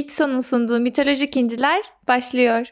Bitson'un sunduğu Mitolojik İnciler başlıyor.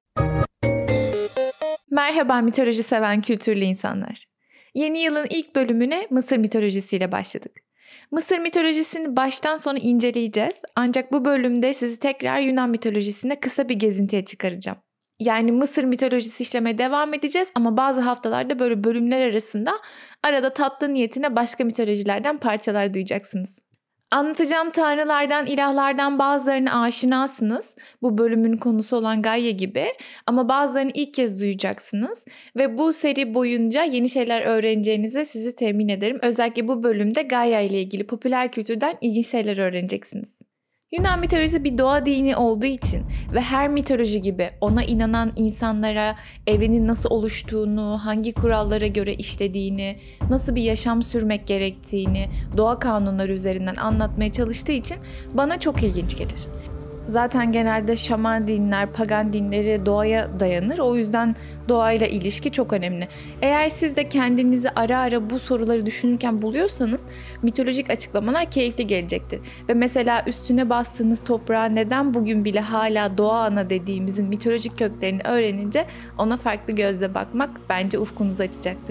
Merhaba mitoloji seven kültürlü insanlar. Yeni yılın ilk bölümüne Mısır mitolojisiyle başladık. Mısır mitolojisini baştan sona inceleyeceğiz. Ancak bu bölümde sizi tekrar Yunan mitolojisine kısa bir gezintiye çıkaracağım. Yani Mısır mitolojisi işlemeye devam edeceğiz ama bazı haftalarda böyle bölümler arasında arada tatlı niyetine başka mitolojilerden parçalar duyacaksınız. Anlatacağım tanrılardan, ilahlardan bazılarına aşinasınız. Bu bölümün konusu olan Gaia gibi. Ama bazılarını ilk kez duyacaksınız. Ve bu seri boyunca yeni şeyler öğreneceğinize sizi temin ederim. Özellikle bu bölümde Gaia ile ilgili popüler kültürden ilginç şeyler öğreneceksiniz. Yunan mitolojisi bir doğa dini olduğu için ve her mitoloji gibi ona inanan insanlara evrenin nasıl oluştuğunu, hangi kurallara göre işlediğini, nasıl bir yaşam sürmek gerektiğini doğa kanunları üzerinden anlatmaya çalıştığı için bana çok ilginç gelir. Zaten genelde şaman dinler, pagan dinleri doğaya dayanır. O yüzden doğayla ilişki çok önemli. Eğer siz de kendinizi ara ara bu soruları düşünürken buluyorsanız mitolojik açıklamalar keyifli gelecektir. Ve mesela üstüne bastığınız toprağa neden bugün bile hala doğa ana dediğimizin mitolojik köklerini öğrenince ona farklı gözle bakmak bence ufkunuzu açacaktır.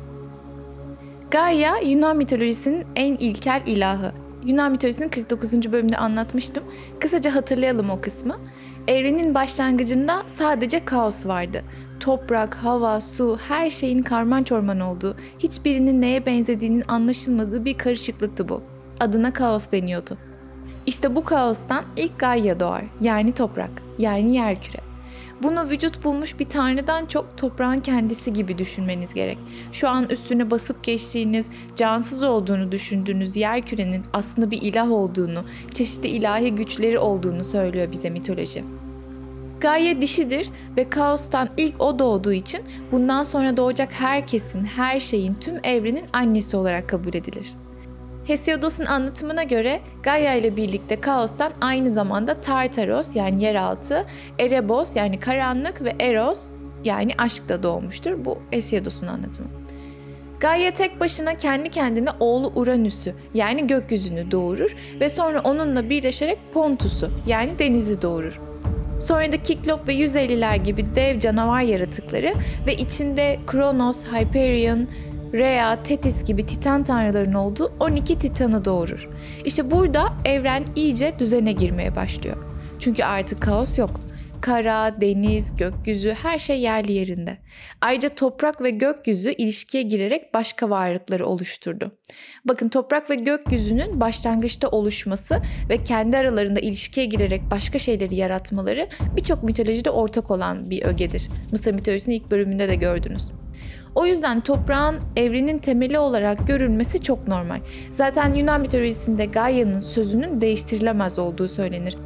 Gaia, Yunan mitolojisinin en ilkel ilahı. Yunan mitolojisinin 49. bölümünde anlatmıştım. Kısaca hatırlayalım o kısmı. Evrenin başlangıcında sadece kaos vardı. Toprak, hava, su, her şeyin karman çorman olduğu, hiçbirinin neye benzediğinin anlaşılmadığı bir karışıklıktı bu. Adına kaos deniyordu. İşte bu kaostan ilk Gaia doğar, yani toprak, yani yerküre. Bunu vücut bulmuş bir tanrıdan çok toprağın kendisi gibi düşünmeniz gerek. Şu an üstüne basıp geçtiğiniz, cansız olduğunu düşündüğünüz yerkürenin aslında bir ilah olduğunu, çeşitli ilahi güçleri olduğunu söylüyor bize mitoloji. Gaia dişidir ve kaostan ilk o doğduğu için bundan sonra doğacak herkesin, her şeyin, tüm evrenin annesi olarak kabul edilir. Hesiodos'un anlatımına göre Gaia ile birlikte kaostan aynı zamanda Tartaros yani yeraltı, Erebos yani karanlık ve Eros yani aşk da doğmuştur. Bu Hesiodos'un anlatımı. Gaia tek başına kendi kendine oğlu Uranüs'ü yani gökyüzünü doğurur ve sonra onunla birleşerek Pontus'u yani denizi doğurur. Sonra da Kiklop ve 150'ler gibi dev canavar yaratıkları ve içinde Kronos, Hyperion, Rhea, Thetis gibi titan tanrıların olduğu 12 titanı doğurur. İşte burada evren iyice düzene girmeye başlıyor. Çünkü artık kaos yok. Kara, deniz, gökyüzü her şey yerli yerinde. Ayrıca toprak ve gökyüzü ilişkiye girerek başka varlıkları oluşturdu. Bakın toprak ve gökyüzünün başlangıçta oluşması ve kendi aralarında ilişkiye girerek başka şeyleri yaratmaları birçok mitolojide ortak olan bir ögedir. Mısır mitolojisinin ilk bölümünde de gördünüz. O yüzden toprağın evrenin temeli olarak görülmesi çok normal. Zaten Yunan mitolojisinde Gaia'nın sözünün değiştirilemez olduğu söylenir.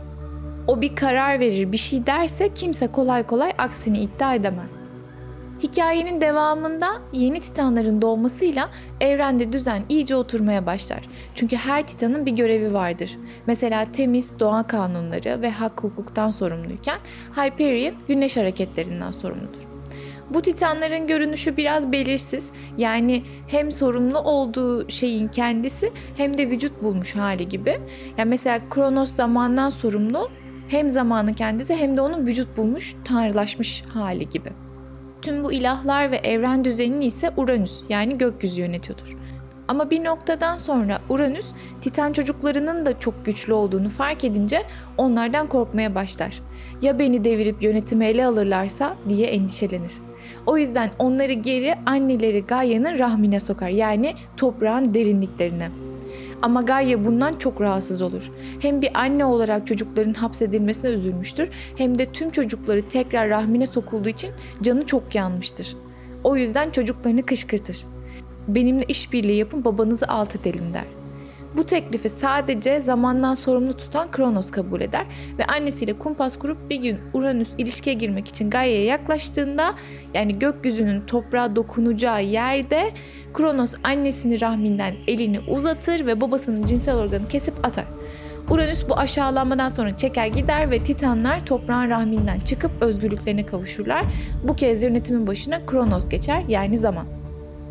O bir karar verir, bir şey derse kimse kolay kolay aksini iddia edemez. Hikayenin devamında yeni titanların doğmasıyla evrende düzen iyice oturmaya başlar. Çünkü her titanın bir görevi vardır. Mesela Temis doğa kanunları ve hak hukuktan sorumluyken Hyperion güneş hareketlerinden sorumludur. Bu titanların görünüşü biraz belirsiz. Yani hem sorumlu olduğu şeyin kendisi hem de vücut bulmuş hali gibi. Yani mesela Kronos zamandan sorumlu, hem zamanın kendisi hem de onun vücut bulmuş, tanrılaşmış hali gibi. Tüm bu ilahlar ve evren düzenini ise Uranüs yani gökyüzü yönetiyordur. Ama bir noktadan sonra Uranüs, Titan çocuklarının da çok güçlü olduğunu fark edince onlardan korkmaya başlar. Ya beni devirip yönetimi ele alırlarsa diye endişelenir. O yüzden onları geri anneleri Gaia'nın rahmine sokar yani toprağın derinliklerine. Ama Gaia bundan çok rahatsız olur. Hem bir anne olarak çocukların hapsedilmesine üzülmüştür hem de tüm çocukları tekrar rahmine sokulduğu için canı çok yanmıştır. O yüzden çocuklarını kışkırtır. Benimle işbirliği yapın babanızı alt edelim der. Bu teklifi sadece zamandan sorumlu tutan Kronos kabul eder ve annesiyle kumpas kurup bir gün Uranüs ilişkiye girmek için Gaia'ya yaklaştığında yani gökyüzünün toprağa dokunacağı yerde Kronos annesinin rahminden elini uzatır ve babasının cinsel organını kesip atar. Uranüs bu aşağılanmadan sonra çeker gider ve Titanlar toprağın rahminden çıkıp özgürlüklerine kavuşurlar. Bu kez yönetimin başına Kronos geçer yani zaman.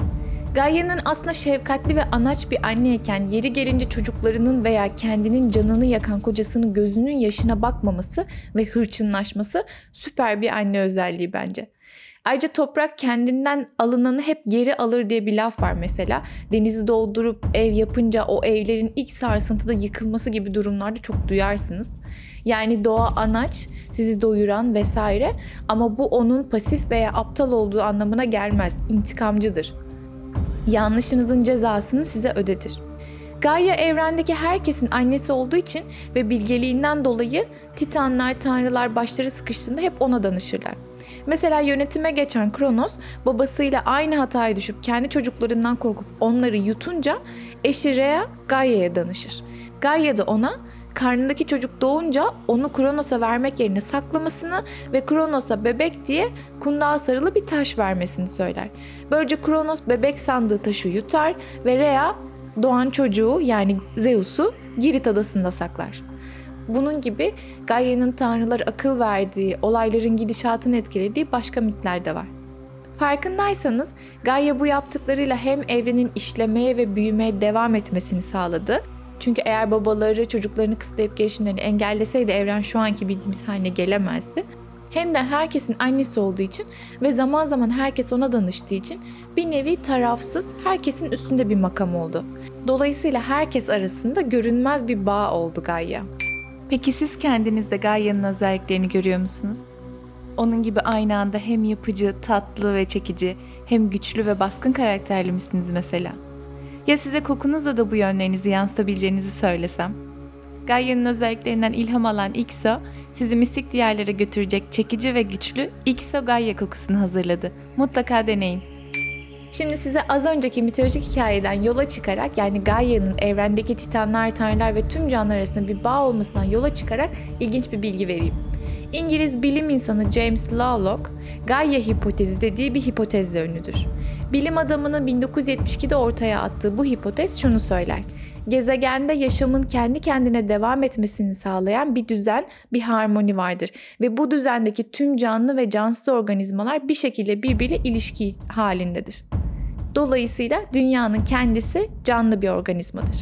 Gaia'nın aslında şefkatli ve anaç bir anneyken yeri gelince çocuklarının veya kendinin canını yakan kocasının gözünün yaşına bakmaması ve hırçınlaşması süper bir anne özelliği bence. Ayrıca toprak kendinden alınanı hep geri alır diye bir laf var mesela. Denizi doldurup ev yapınca o evlerin ilk sarsıntıda yıkılması gibi durumlarda çok duyarsınız. Yani doğa anaç, sizi doyuran vesaire, ama bu onun pasif veya aptal olduğu anlamına gelmez. İntikamcıdır. Yanlışınızın cezasını size ödetir. Gaia evrendeki herkesin annesi olduğu için ve bilgeliğinden dolayı titanlar, tanrılar başları sıkıştığında hep ona danışırlar. Mesela yönetime geçen Kronos babasıyla aynı hataya düşüp kendi çocuklarından korkup onları yutunca eşi Rhea Gaia'ya danışır. Gaia da ona karnındaki çocuk doğunca onu Kronos'a vermek yerine saklamasını ve Kronos'a bebek diye kundağa sarılı bir taş vermesini söyler. Böylece Kronos bebek sandığı taşı yutar ve Rhea doğan çocuğu yani Zeus'u Girit adasında saklar. Bunun gibi Gaia'nın tanrılara akıl verdiği, olayların gidişatını etkilediği başka mitler de var. Farkındaysanız Gaia bu yaptıklarıyla hem evrenin işlemeye ve büyümeye devam etmesini sağladı. Çünkü eğer babaları çocuklarını kısıtlayıp gelişimlerini engelleseydi evren şu anki bildiğimiz haline gelemezdi. Hem de herkesin annesi olduğu için ve zaman zaman herkes ona danıştığı için bir nevi tarafsız, herkesin üstünde bir makam oldu. Dolayısıyla herkes arasında görünmez bir bağ oldu Gaia. Peki siz kendinizde Gaia'nın özelliklerini görüyor musunuz? Onun gibi aynı anda hem yapıcı, tatlı ve çekici, hem güçlü ve baskın karakterli misiniz mesela? Ya size kokunuzla da bu yönlerinizi yansıtabileceğinizi söylesem? Gaia'nın özelliklerinden ilham alan Ixo, sizi mistik diyarlara götürecek çekici ve güçlü Ixo Gaia kokusunu hazırladı. Mutlaka deneyin. Şimdi size az önceki mitolojik hikayeden yola çıkarak, yani Gaia'nın evrendeki titanlar, tanrılar ve tüm canlılar arasında bir bağ olmasından yola çıkarak ilginç bir bilgi vereyim. İngiliz bilim insanı James Lovelock, Gaia hipotezi dediği bir hipotezle ünlüdür. Bilim adamının 1972'de ortaya attığı bu hipotez şunu söyler: gezegende yaşamın kendi kendine devam etmesini sağlayan bir düzen, bir harmoni vardır ve bu düzendeki tüm canlı ve cansız organizmalar bir şekilde birbiriyle ilişki halindedir. Dolayısıyla dünyanın kendisi canlı bir organizmadır.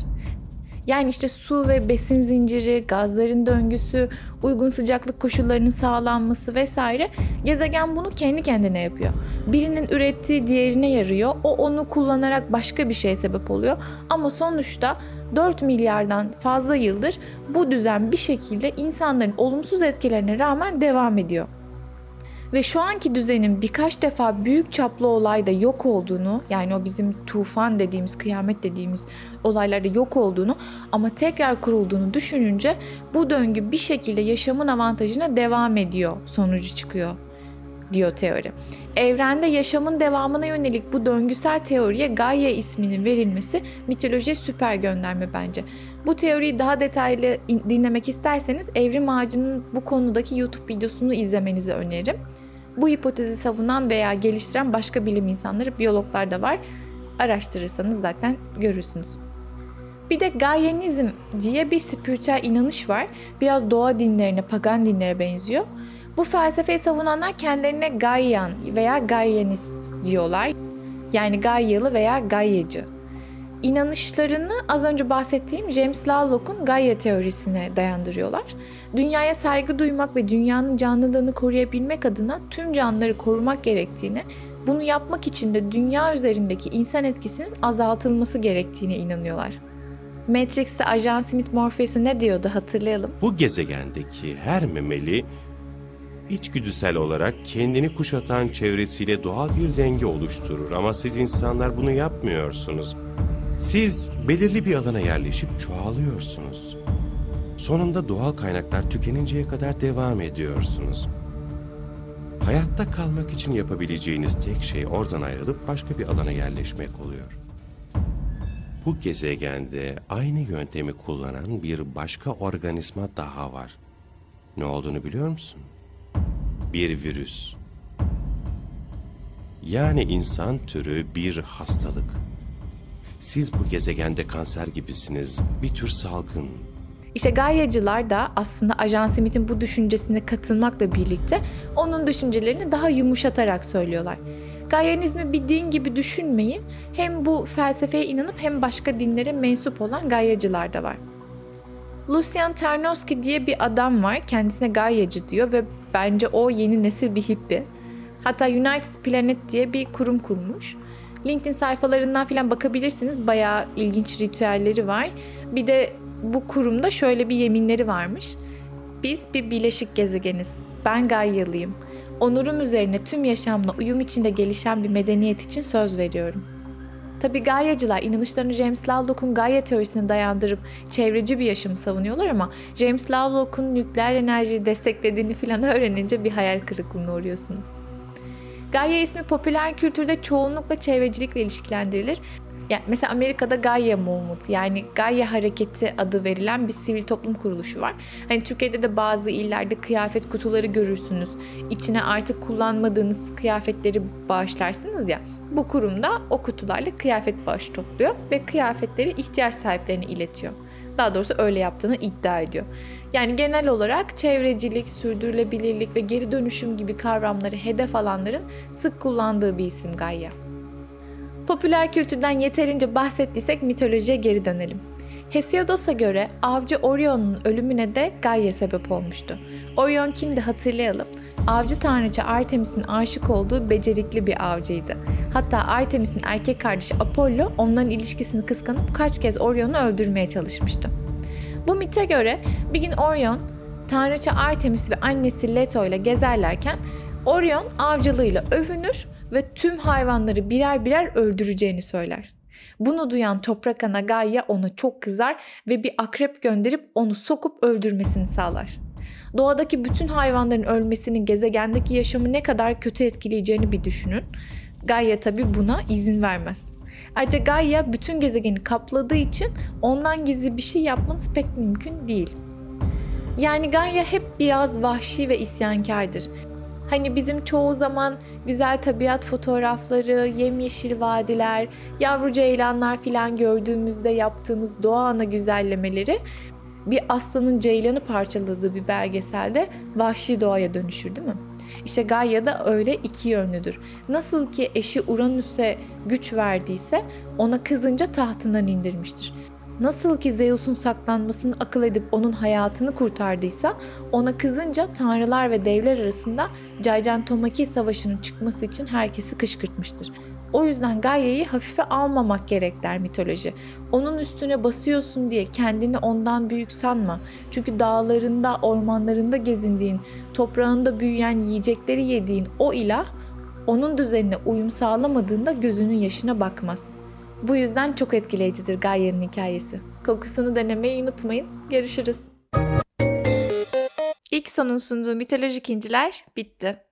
Yani işte su ve besin zinciri, gazların döngüsü, uygun sıcaklık koşullarının sağlanması vesaire, gezegen bunu kendi kendine yapıyor. Birinin ürettiği diğerine yarıyor, o onu kullanarak başka bir şeye sebep oluyor. Ama sonuçta 4 milyardan fazla yıldır bu düzen bir şekilde insanların olumsuz etkilerine rağmen devam ediyor. Ve şu anki düzenin birkaç defa büyük çaplı olayda yok olduğunu, yani o bizim tufan dediğimiz, kıyamet dediğimiz olaylarda yok olduğunu ama tekrar kurulduğunu düşününce bu döngü bir şekilde yaşamın avantajına devam ediyor sonucu çıkıyor diyor teori. Evrende yaşamın devamına yönelik bu döngüsel teoriye Gaia isminin verilmesi mitolojiye süper gönderme bence. Bu teoriyi daha detaylı dinlemek isterseniz Evrim Ağacı'nın bu konudaki YouTube videosunu izlemenizi öneririm. Bu hipotezi savunan veya geliştiren başka bilim insanları, biyologlar da var. Araştırırsanız zaten görürsünüz. Bir de Gaianizm diye bir spiritüel inanış var. Biraz doğa dinlerine, pagan dinlere benziyor. Bu felsefeyi savunanlar kendilerine Gaian veya Gaianist diyorlar. Yani Gaialı veya Gaiacı. İnanışlarını az önce bahsettiğim James Lovelock'un Gaia teorisine dayandırıyorlar. Dünyaya saygı duymak ve dünyanın canlılığını koruyabilmek adına tüm canlıları korumak gerektiğine, bunu yapmak için de dünya üzerindeki insan etkisinin azaltılması gerektiğine inanıyorlar. Matrix'te Ajan Smith Morpheus'a ne diyordu hatırlayalım. Bu gezegendeki her memeli içgüdüsel olarak kendini kuşatan çevresiyle doğal bir denge oluşturur ama siz insanlar bunu yapmıyorsunuz. Siz belirli bir alana yerleşip çoğalıyorsunuz. Sonunda doğal kaynaklar tükeninceye kadar devam ediyorsunuz. Hayatta kalmak için yapabileceğiniz tek şey oradan ayrılıp başka bir alana yerleşmek oluyor. Bu gezegende aynı yöntemi kullanan bir başka organizma daha var. Ne olduğunu biliyor musun? Bir virüs. Yani insan türü bir hastalık. Siz bu gezegende kanser gibisiniz, bir tür salgın. İşte Gaiacılar da aslında Ajan Smith'in bu düşüncesine katılmakla birlikte onun düşüncelerini daha yumuşatarak söylüyorlar. Gaianizmi bir din gibi düşünmeyin. Hem bu felsefeye inanıp hem başka dinlere mensup olan Gaiacılar da var. Lucian Tarnowski diye bir adam var. Kendisine Gaiacı diyor ve bence o yeni nesil bir hippie. Hatta United Planet diye bir kurum kurmuş. LinkedIn sayfalarından falan bakabilirsiniz. Bayağı ilginç ritüelleri var. Bir de bu kurumda şöyle bir yeminleri varmış. Biz bir bileşik gezegeniz. Ben Gaialıyım. Onurum üzerine tüm yaşamla uyum içinde gelişen bir medeniyet için söz veriyorum. Tabii Gaiacılar inanışlarını James Lovelock'un Gaia teorisine dayandırıp çevreci bir yaşamı savunuyorlar ama James Lovelock'un nükleer enerjiyi desteklediğini falan öğrenince bir hayal kırıklığına uğruyorsunuz. Gaia ismi popüler kültürde çoğunlukla çevrecilikle ilişkilendirilir. Yani mesela Amerika'da Gaia Movement yani Gaia Hareketi adı verilen bir sivil toplum kuruluşu var. Hani Türkiye'de de bazı illerde kıyafet kutuları görürsünüz. İçine artık kullanmadığınız kıyafetleri bağışlarsınız ya. Bu kurumda o kutularla kıyafet bağışı topluyor ve kıyafetleri ihtiyaç sahiplerine iletiyor. Daha doğrusu öyle yaptığını iddia ediyor. Yani genel olarak çevrecilik, sürdürülebilirlik ve geri dönüşüm gibi kavramları hedef alanların sık kullandığı bir isim Gaia. Popüler kültürden yeterince bahsettiysek mitolojiye geri dönelim. Hesiodos'a göre avcı Orion'un ölümüne de Gaia sebep olmuştu. Orion kimdi hatırlayalım. Avcı tanrıça Artemis'in aşık olduğu becerikli bir avcıydı. Hatta Artemis'in erkek kardeşi Apollo onların ilişkisini kıskanıp kaç kez Orion'u öldürmeye çalışmıştı. Bu mite göre bir gün Orion, tanrıça Artemis ve annesi Leto ile gezerlerken Orion avcılığıyla övünür ve tüm hayvanları birer birer öldüreceğini söyler. Bunu duyan toprak ana Gaia ona çok kızar ve bir akrep gönderip onu sokup öldürmesini sağlar. Doğadaki bütün hayvanların ölmesinin gezegendeki yaşamı ne kadar kötü etkileyeceğini bir düşünün. Gaia tabii buna izin vermez. Ayrıca Gaia bütün gezegeni kapladığı için ondan gizli bir şey yapmanız pek mümkün değil. Yani Gaia hep biraz vahşi ve isyankardır. Hani bizim çoğu zaman güzel tabiat fotoğrafları, yemyeşil vadiler, yavru ceylanlar filan gördüğümüzde yaptığımız doğa ana güzellemeleri bir aslanın ceylanı parçaladığı bir belgeselde vahşi doğaya dönüşür değil mi? İşte Gaia da öyle iki yönlüdür. Nasıl ki eşi Uranüs'e güç verdiyse ona kızınca tahtından indirmiştir. Nasıl ki Zeus'un saklanmasını akıl edip onun hayatını kurtardıysa ona kızınca tanrılar ve devler arasında Gigantomachy Savaşı'nın çıkması için herkesi kışkırtmıştır. O yüzden Gaia'yı hafife almamak gerek der mitoloji. Onun üstüne basıyorsun diye kendini ondan büyük sanma. Çünkü dağlarında, ormanlarında gezindiğin, toprağında büyüyen yiyecekleri yediğin o ilah, onun düzenine uyum sağlamadığında gözünün yaşına bakmaz. Bu yüzden çok etkileyicidir Gaia'nın hikayesi. Kokusunu denemeyi unutmayın. Görüşürüz. İlk sonun sunduğu mitolojik inciler bitti.